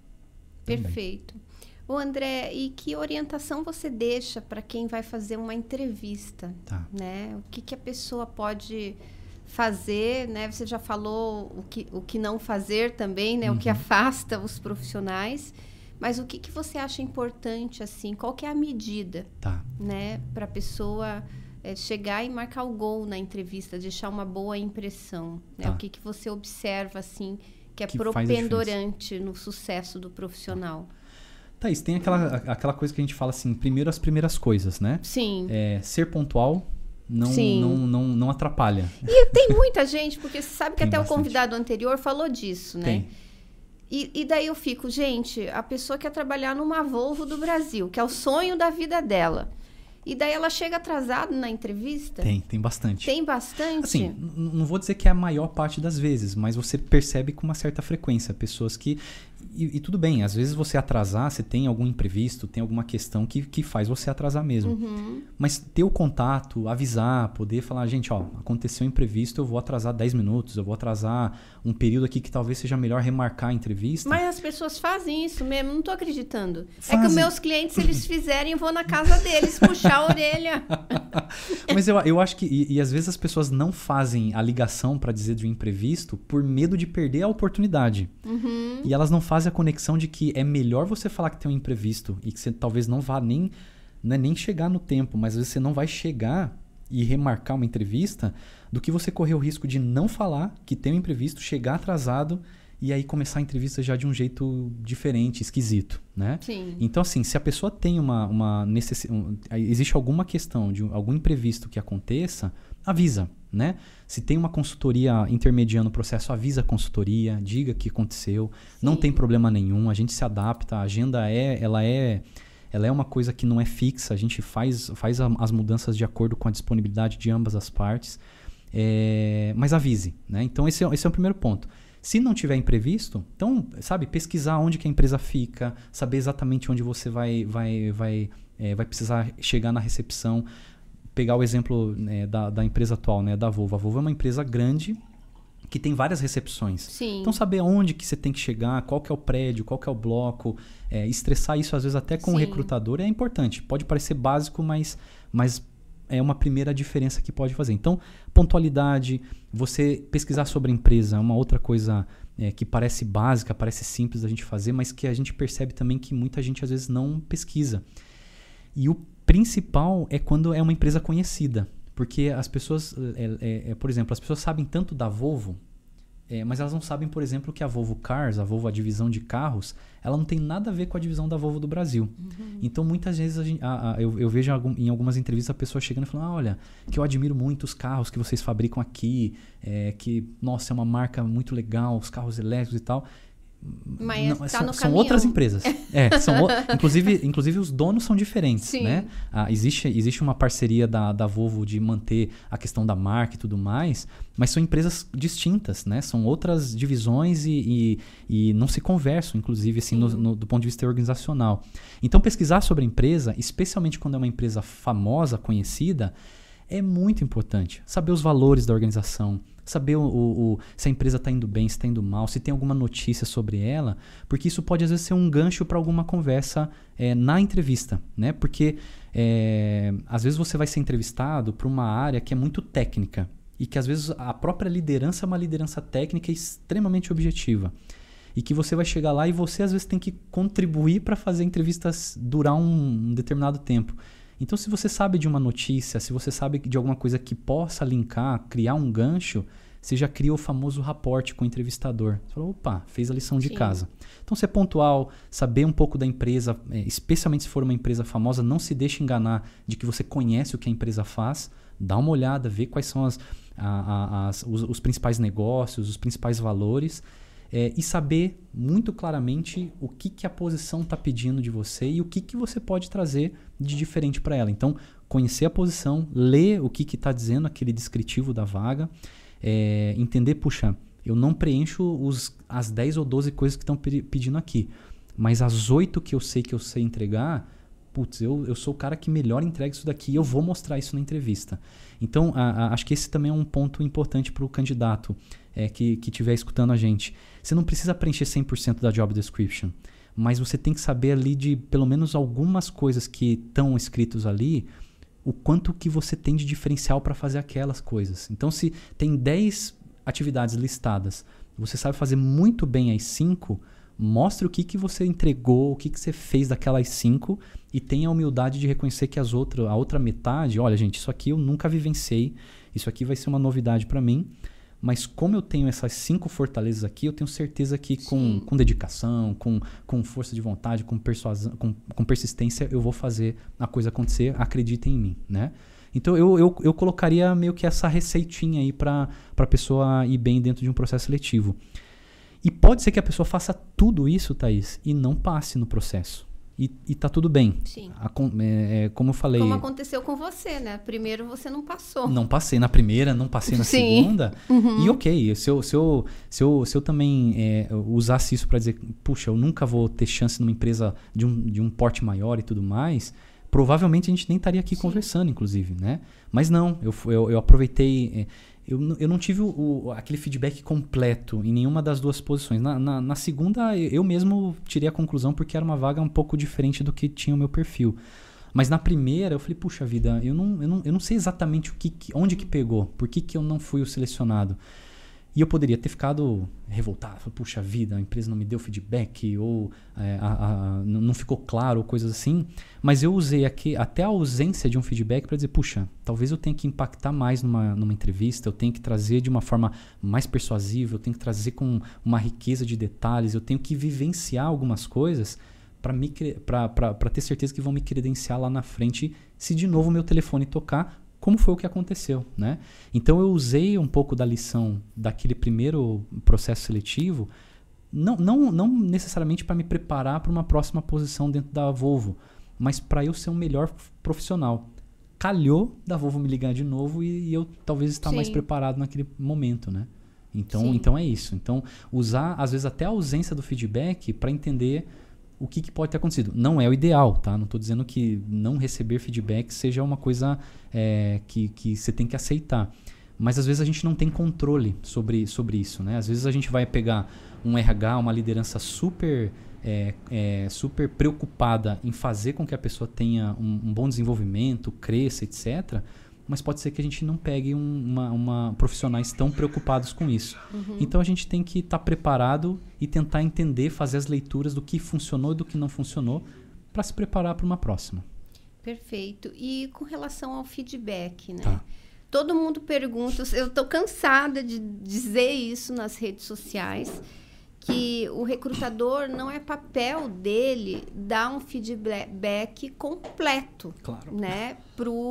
Perfeito. Ô André, e que orientação você deixa para quem vai fazer uma entrevista? Tá. Né? O que, que a pessoa pode fazer, né? Você já falou o que, o que não fazer também, né? Uhum. O que afasta os profissionais. Mas o que, que você acha importante, assim? Qual que é a medida, tá, né? Para a pessoa é, chegar e marcar o gol na entrevista, deixar uma boa impressão. Né? Tá. O que, que você observa, assim, que é que propendorante no sucesso do profissional? Thaís, tem aquela, aquela coisa que a gente fala assim, primeiro as primeiras coisas, né? Sim. É, ser pontual não, não, não, não atrapalha. E tem muita gente, porque você sabe que tem até bastante. O convidado anterior falou disso, né? Tem. E, e daí eu fico, gente, a pessoa quer trabalhar numa Volvo do Brasil, que é o sonho da vida dela. E daí ela chega atrasada na entrevista? Tem, tem bastante. Tem bastante? Assim, não vou dizer que é a maior parte das vezes, mas você percebe com uma certa frequência pessoas que... E, e tudo bem, às vezes você atrasar, você tem algum imprevisto, tem alguma questão que, que faz você atrasar mesmo. Uhum. Mas ter o contato, avisar, poder falar, gente, ó, aconteceu um imprevisto, eu vou atrasar dez minutos, eu vou atrasar um período aqui que talvez seja melhor remarcar a entrevista. Mas as pessoas fazem isso mesmo, não tô acreditando. Fazem. É que os meus clientes, se eles fizerem, eu vou na casa deles puxar a orelha. Mas eu, eu acho que... E, e às vezes as pessoas não fazem a ligação para dizer de um imprevisto por medo de perder a oportunidade. Uhum. E elas não fazem a conexão de que é melhor você falar que tem um imprevisto e que você talvez não vá nem, não é nem chegar no tempo, mas às vezes você não vai chegar e remarcar uma entrevista do que você correr o risco de não falar que tem um imprevisto, chegar atrasado e aí começar a entrevista já de um jeito diferente, esquisito, né? Sim. Então, assim, se a pessoa tem uma, uma necessidade, um, existe alguma questão de um, algum imprevisto que aconteça, avisa, né? Se tem uma consultoria intermediando o processo, avisa a consultoria, diga o que aconteceu, sim, não tem problema nenhum, a gente se adapta, a agenda é, ela é, ela é uma coisa que não é fixa, a gente faz, faz a, as mudanças de acordo com a disponibilidade de ambas as partes, é, mas avise, né? Então esse é, esse é o primeiro ponto. Se não tiver imprevisto, então, sabe, pesquisar onde que a empresa fica, saber exatamente onde você vai, vai, vai, é, vai precisar chegar na recepção. Pegar o exemplo, né, da, da empresa atual, né, da Volvo. A Volvo é uma empresa grande que tem várias recepções. Sim. Então, saber onde que você tem que chegar, qual que é o prédio, qual que é o bloco, é, estressar isso às vezes até com, sim, o recrutador é importante. Pode parecer básico, mas, mas é uma primeira diferença que pode fazer. Então, pontualidade, você pesquisar sobre a empresa é uma outra coisa é, que parece básica, parece simples da gente fazer, mas que a gente percebe também que muita gente às vezes não pesquisa. E o principal é quando é uma empresa conhecida, porque as pessoas, é, é, por exemplo, as pessoas sabem tanto da Volvo, é, mas elas não sabem, por exemplo, que a Volvo Cars, a Volvo, a divisão de carros, ela não tem nada a ver com a divisão da Volvo do Brasil. Uhum. Então, muitas vezes a gente, a, a, eu, eu vejo algum, em algumas entrevistas a pessoa chegando e falando, ah, olha, que eu admiro muito os carros que vocês fabricam aqui, é, que, nossa, é uma marca muito legal, os carros elétricos e tal. Mas não, tá são, no são outras empresas. É, são o, inclusive, inclusive os donos são diferentes. Sim. Né? Ah, existe, existe uma parceria da, da Volvo de manter a questão da marca e tudo mais, mas são empresas distintas, né? São outras divisões e, e, e não se conversam, inclusive, assim, no, no, do ponto de vista organizacional. Então, pesquisar sobre a empresa, especialmente quando é uma empresa famosa, conhecida, é muito importante. Saber os valores da organização, saber o, o, o, se a empresa está indo bem, se está indo mal, se tem alguma notícia sobre ela, porque isso pode às vezes ser um gancho para alguma conversa é, na entrevista, né? Porque é, às vezes você vai ser entrevistado para uma área que é muito técnica e que às vezes a própria liderança é uma liderança técnica extremamente objetiva e que você vai chegar lá e você às vezes tem que contribuir para fazer entrevistas durar um, um determinado tempo. Então, se você sabe de uma notícia, se você sabe de alguma coisa que possa linkar, criar um gancho, você já cria o famoso rapport com o entrevistador. Você fala, opa, fez a lição de, sim, casa. Então, ser pontual, saber um pouco da empresa, especialmente se for uma empresa famosa, não se deixe enganar de que você conhece o que a empresa faz, dá uma olhada, vê quais são as, a, a, as, os, os principais negócios, os principais valores. É, e saber muito claramente o que, que a posição está pedindo de você e o que, que você pode trazer de diferente para ela. Então, conhecer a posição, ler o que está dizendo aquele descritivo da vaga, é, entender, puxa, eu não preencho os, as dez ou doze coisas que estão pedindo aqui, mas as oito que eu sei que eu sei entregar, putz, eu, eu sou o cara que melhor entrega isso daqui e eu vou mostrar isso na entrevista. Então, a, a, acho que esse também é um ponto importante para o candidato é, que estiver escutando a gente. Você não precisa preencher cem por cento da job description, mas você tem que saber ali de pelo menos algumas coisas que estão escritas ali, o quanto que você tem de diferencial para fazer aquelas coisas. Então, se tem dez atividades listadas, você sabe fazer muito bem as cinco, mostre o que, que você entregou, o que, que você fez daquelas cinco e tenha a humildade de reconhecer que as outras, a outra metade, olha gente, isso aqui eu nunca vivenciei, isso aqui vai ser uma novidade para mim, mas como eu tenho essas cinco fortalezas aqui, eu tenho certeza que com, com dedicação, com, com força de vontade, com persuasão, com, com persistência, eu vou fazer a coisa acontecer, acreditem em mim, né? Então eu, eu, eu colocaria meio que essa receitinha aí para a pessoa ir bem dentro de um processo seletivo. E pode ser que a pessoa faça tudo isso, Thaís, e não passe no processo. E, e tá tudo bem. Sim. A, é, como eu falei... Como aconteceu com você, né? Primeiro você não passou. Não passei na primeira, não passei na Sim. segunda. Uhum. E ok, se eu, se eu, se eu, se eu também é, usasse isso para dizer, puxa, eu nunca vou ter chance numa empresa de um, de um porte maior e tudo mais, provavelmente a gente nem estaria aqui Sim. conversando, inclusive, né? Mas não, eu, eu, eu aproveitei... É, Eu, eu não tive o, o, aquele feedback completo em nenhuma das duas posições. Na, na, na segunda, eu mesmo tirei a conclusão porque era uma vaga um pouco diferente do que tinha o meu perfil. Mas na primeira, eu falei, puxa vida, eu não, eu não, eu não sei exatamente o que, onde que pegou, por que, que eu não fui o selecionado. E eu poderia ter ficado revoltado, puxa vida, a empresa não me deu feedback, ou é, a, a, não ficou claro, ou coisas assim. Mas eu usei aqui, até a ausência de um feedback para dizer, puxa, talvez eu tenha que impactar mais numa, numa entrevista, eu tenho que trazer de uma forma mais persuasiva, eu tenho que trazer com uma riqueza de detalhes, eu tenho que vivenciar algumas coisas para ter certeza que vão me credenciar lá na frente se de novo o meu telefone tocar, como foi o que aconteceu, né? Então eu usei um pouco da lição daquele primeiro processo seletivo, não, não, não necessariamente para me preparar para uma próxima posição dentro da Volvo, mas para eu ser um melhor profissional. Calhou da Volvo me ligar de novo e, e eu talvez estar Sim. mais preparado naquele momento, né? Então, então é isso. Então usar às vezes até a ausência do feedback para entender o que, que pode ter acontecido. Não é o ideal, tá? Não estou dizendo que não receber feedback seja uma coisa é, que, que você tem que aceitar. Mas às vezes a gente não tem controle sobre, sobre isso, né? Às vezes a gente vai pegar um R H, uma liderança super, é, é, super preocupada em fazer com que a pessoa tenha um, um bom desenvolvimento, cresça, etcétera. Mas pode ser que a gente não pegue um, uma, uma profissionais tão preocupados com isso. Uhum. Então a gente tem que estar tá preparado e tentar entender, fazer as leituras do que funcionou e do que não funcionou para se preparar para uma próxima. Perfeito. E com relação ao feedback, né? Tá. Todo mundo pergunta, eu estou cansada de dizer isso nas redes sociais, que o recrutador não é papel dele dar um feedback completo, claro. né, para o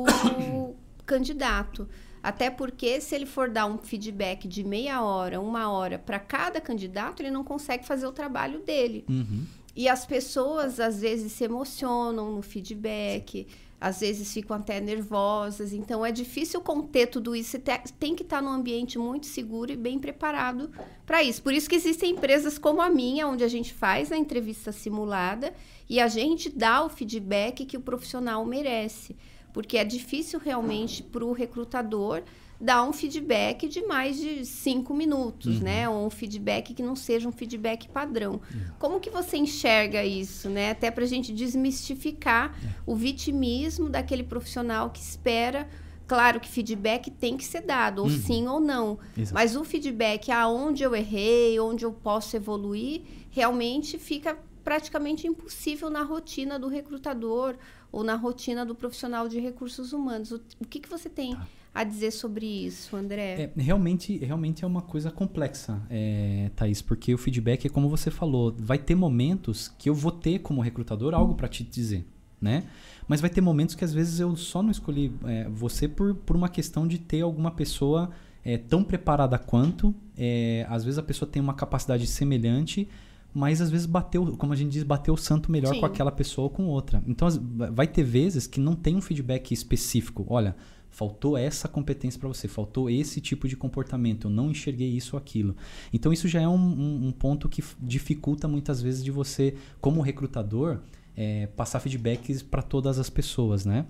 candidato. Até porque se ele for dar um feedback de meia hora, uma hora para cada candidato, ele não consegue fazer o trabalho dele. Uhum. E as pessoas, às vezes, se emocionam no feedback, às vezes ficam até nervosas. Então, é difícil conter tudo isso. Você tem que estar num ambiente muito seguro e bem preparado para isso. Por isso que existem empresas como a minha, onde a gente faz a entrevista simulada e a gente dá o feedback que o profissional merece. Porque é difícil realmente para o recrutador dar um feedback de mais de cinco minutos, uhum. né? Ou um feedback que não seja um feedback padrão. Uhum. Como que você enxerga isso, né? Até para a gente desmistificar uhum. o vitimismo daquele profissional que espera... Claro que feedback tem que ser dado, ou uhum. sim ou não. Exato. Mas o feedback aonde eu errei, onde eu posso evoluir, realmente fica praticamente impossível na rotina do recrutador ou na rotina do profissional de recursos humanos. O, o que, que você tem tá. a dizer sobre isso, André? É, realmente, realmente é uma coisa complexa, é, Thaís, porque o feedback é como você falou, vai ter momentos que eu vou ter como recrutador algo para te dizer, né? Mas vai ter momentos que às vezes eu só não escolhi é, você por, por uma questão de ter alguma pessoa é, tão preparada quanto, é, às vezes a pessoa tem uma capacidade semelhante, mas às vezes bateu, como a gente diz, bateu o santo melhor Sim. com aquela pessoa ou com outra. Então vai ter vezes que não tem um feedback específico. Olha, faltou essa competência para você, faltou esse tipo de comportamento, eu não enxerguei isso ou aquilo. Então isso já é um, um, um ponto que dificulta muitas vezes de você, como recrutador, é, passar feedbacks para todas as pessoas, né?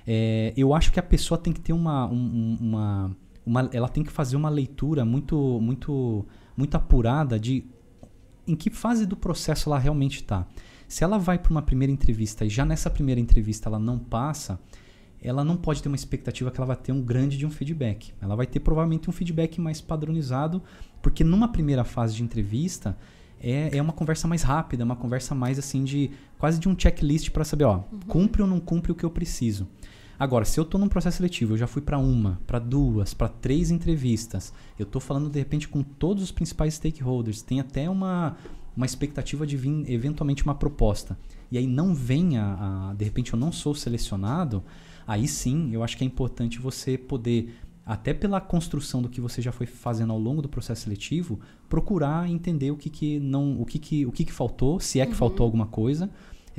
É, eu acho que a pessoa tem que ter uma, um, uma, uma... Ela tem que fazer uma leitura muito, muito, muito apurada de em que fase do processo ela realmente está. Se ela vai para uma primeira entrevista e já nessa primeira entrevista ela não passa, ela não pode ter uma expectativa que ela vai ter um grande de um feedback. Ela vai ter provavelmente um feedback mais padronizado, porque numa primeira fase de entrevista é, é uma conversa mais rápida, uma conversa mais assim de quase de um checklist para saber, ó, uhum. cumpre ou não cumpre o que eu preciso. Agora, se eu estou num processo seletivo, eu já fui para uma, para duas, para três entrevistas, eu estou falando de repente com todos os principais stakeholders, tem até uma, uma expectativa de vir eventualmente uma proposta, e aí não venha, a, de repente eu não sou selecionado, aí sim eu acho que é importante você poder, até pela construção do que você já foi fazendo ao longo do processo seletivo, procurar entender o que, que, não, o que, que, o que, que faltou, se é que uhum. faltou alguma coisa,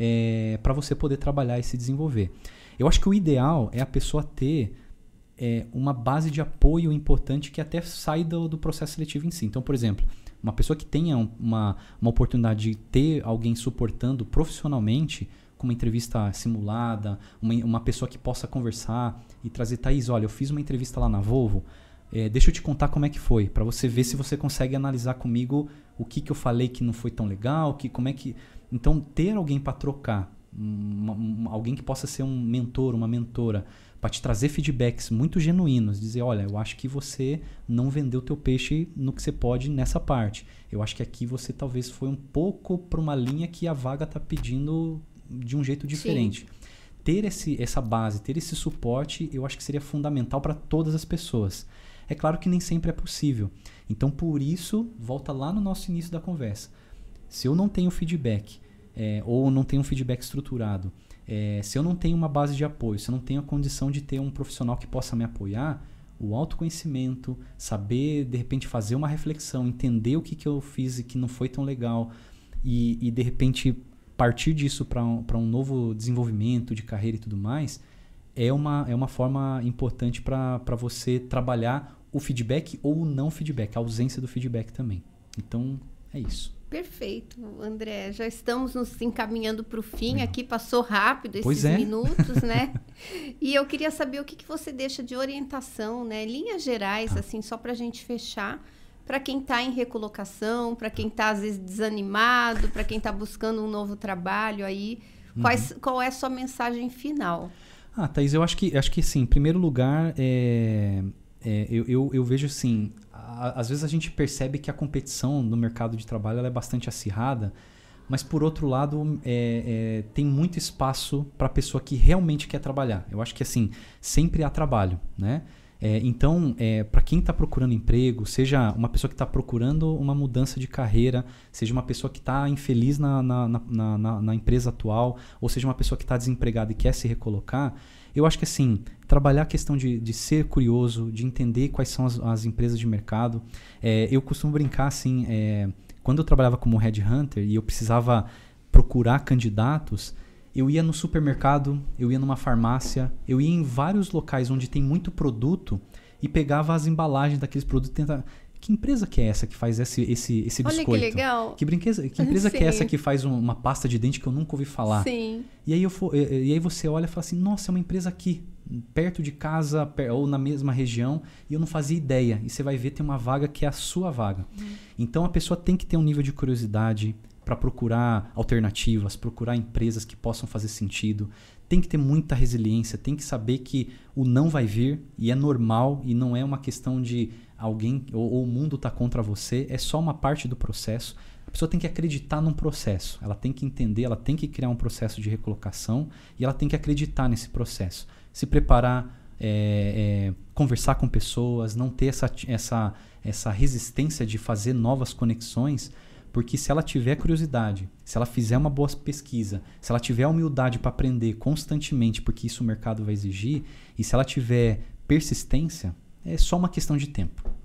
é, para você poder trabalhar e se desenvolver. Eu acho que o ideal é a pessoa ter é, uma base de apoio importante que até sai do, do processo seletivo em si. Então, por exemplo, uma pessoa que tenha uma, uma oportunidade de ter alguém suportando profissionalmente, com uma entrevista simulada, uma, uma pessoa que possa conversar e trazer, Thaís, olha, eu fiz uma entrevista lá na Volvo, é, deixa eu te contar como é que foi, para você ver se você consegue analisar comigo o que, que eu falei que não foi tão legal, que, como é que... Então, ter alguém para trocar, Uma, uma, alguém que possa ser um mentor, uma mentora, para te trazer feedbacks muito genuínos, dizer, olha, eu acho que você não vendeu o teu peixe no que você pode nessa parte. Eu acho que aqui você talvez foi um pouco para uma linha que a vaga está pedindo de um jeito diferente. Sim. Ter esse, essa base, ter esse suporte, eu acho que seria fundamental para todas as pessoas. É claro que nem sempre é possível. Então, por isso, volta lá no nosso início da conversa. Se eu não tenho feedback, É, ou não tenho um feedback estruturado, é, se eu não tenho uma base de apoio, se eu não tenho a condição de ter um profissional que possa me apoiar, o autoconhecimento, saber de repente fazer uma reflexão, entender o que, que eu fiz e que não foi tão legal e, e de repente partir disso para um, para um novo desenvolvimento de carreira e tudo mais, é uma, é uma forma importante para você trabalhar o feedback ou o não feedback, a ausência do feedback também. Então, é isso. Perfeito, André. Já estamos nos encaminhando para o fim. Legal. Aqui passou rápido esses pois é. minutos, né? E eu queria saber o que, que você deixa de orientação, né? Linhas gerais, ah. assim, só para a gente fechar, para quem está em recolocação, para quem está, às vezes, desanimado, para quem está buscando um novo trabalho aí. Uhum. Quais, qual é a sua mensagem final? Ah, Thaís, eu acho que, acho que sim. Em primeiro lugar, é, é, eu, eu, eu vejo assim... Às vezes a gente percebe que a competição no mercado de trabalho ela é bastante acirrada, mas por outro lado é, é, tem muito espaço para a pessoa que realmente quer trabalhar. Eu acho que assim, sempre há trabalho, né? É, então, é, para quem está procurando emprego, seja uma pessoa que está procurando uma mudança de carreira, seja uma pessoa que está infeliz na, na, na, na, na empresa atual, ou seja uma pessoa que está desempregada e quer se recolocar, eu acho que assim, trabalhar a questão de, de ser curioso, de entender quais são as, as empresas de mercado. É, eu costumo brincar assim, é, quando eu trabalhava como headhunter e eu precisava procurar candidatos, eu ia no supermercado, eu ia numa farmácia, eu ia em vários locais onde tem muito produto e pegava as embalagens daqueles produtos e tentava... Que empresa que é essa que faz esse, esse, esse biscoito? Olha que legal. Que, brinqueza, que empresa que é essa que faz um, uma pasta de dente que eu nunca ouvi falar? Sim. E aí, eu for, e aí você olha e fala assim, nossa, é uma empresa aqui, perto de casa per, ou na mesma região, e eu não fazia ideia. E você vai ver, tem uma vaga que é a sua vaga. Hum. Então, a pessoa tem que ter um nível de curiosidade para procurar alternativas, procurar empresas que possam fazer sentido. Tem que ter muita resiliência, tem que saber que o não vai vir e é normal e não é uma questão de alguém ou, ou o mundo está contra você, é só uma parte do processo. A pessoa tem que acreditar num processo, ela tem que entender, ela tem que criar um processo de recolocação e ela tem que acreditar nesse processo. Se preparar, é, é, conversar com pessoas, não ter essa, essa, essa resistência de fazer novas conexões, porque se ela tiver curiosidade, se ela fizer uma boa pesquisa, se ela tiver humildade para aprender constantemente, porque isso o mercado vai exigir, e se ela tiver persistência, é só uma questão de tempo.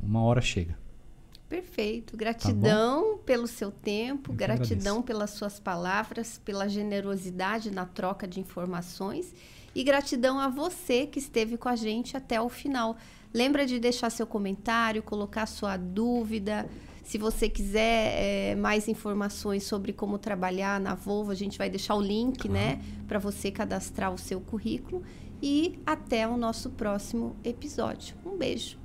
uma hora chega. Perfeito. Gratidão tá pelo seu tempo, Eu gratidão pelas suas palavras, pela generosidade na troca de informações e gratidão a você que esteve com a gente até o final. Lembra de deixar seu comentário, colocar sua dúvida. Se você quiser é, mais informações sobre como trabalhar na Volvo, a gente vai deixar o link, Claro. né, para você cadastrar o seu currículo. E até o nosso próximo episódio. Um beijo.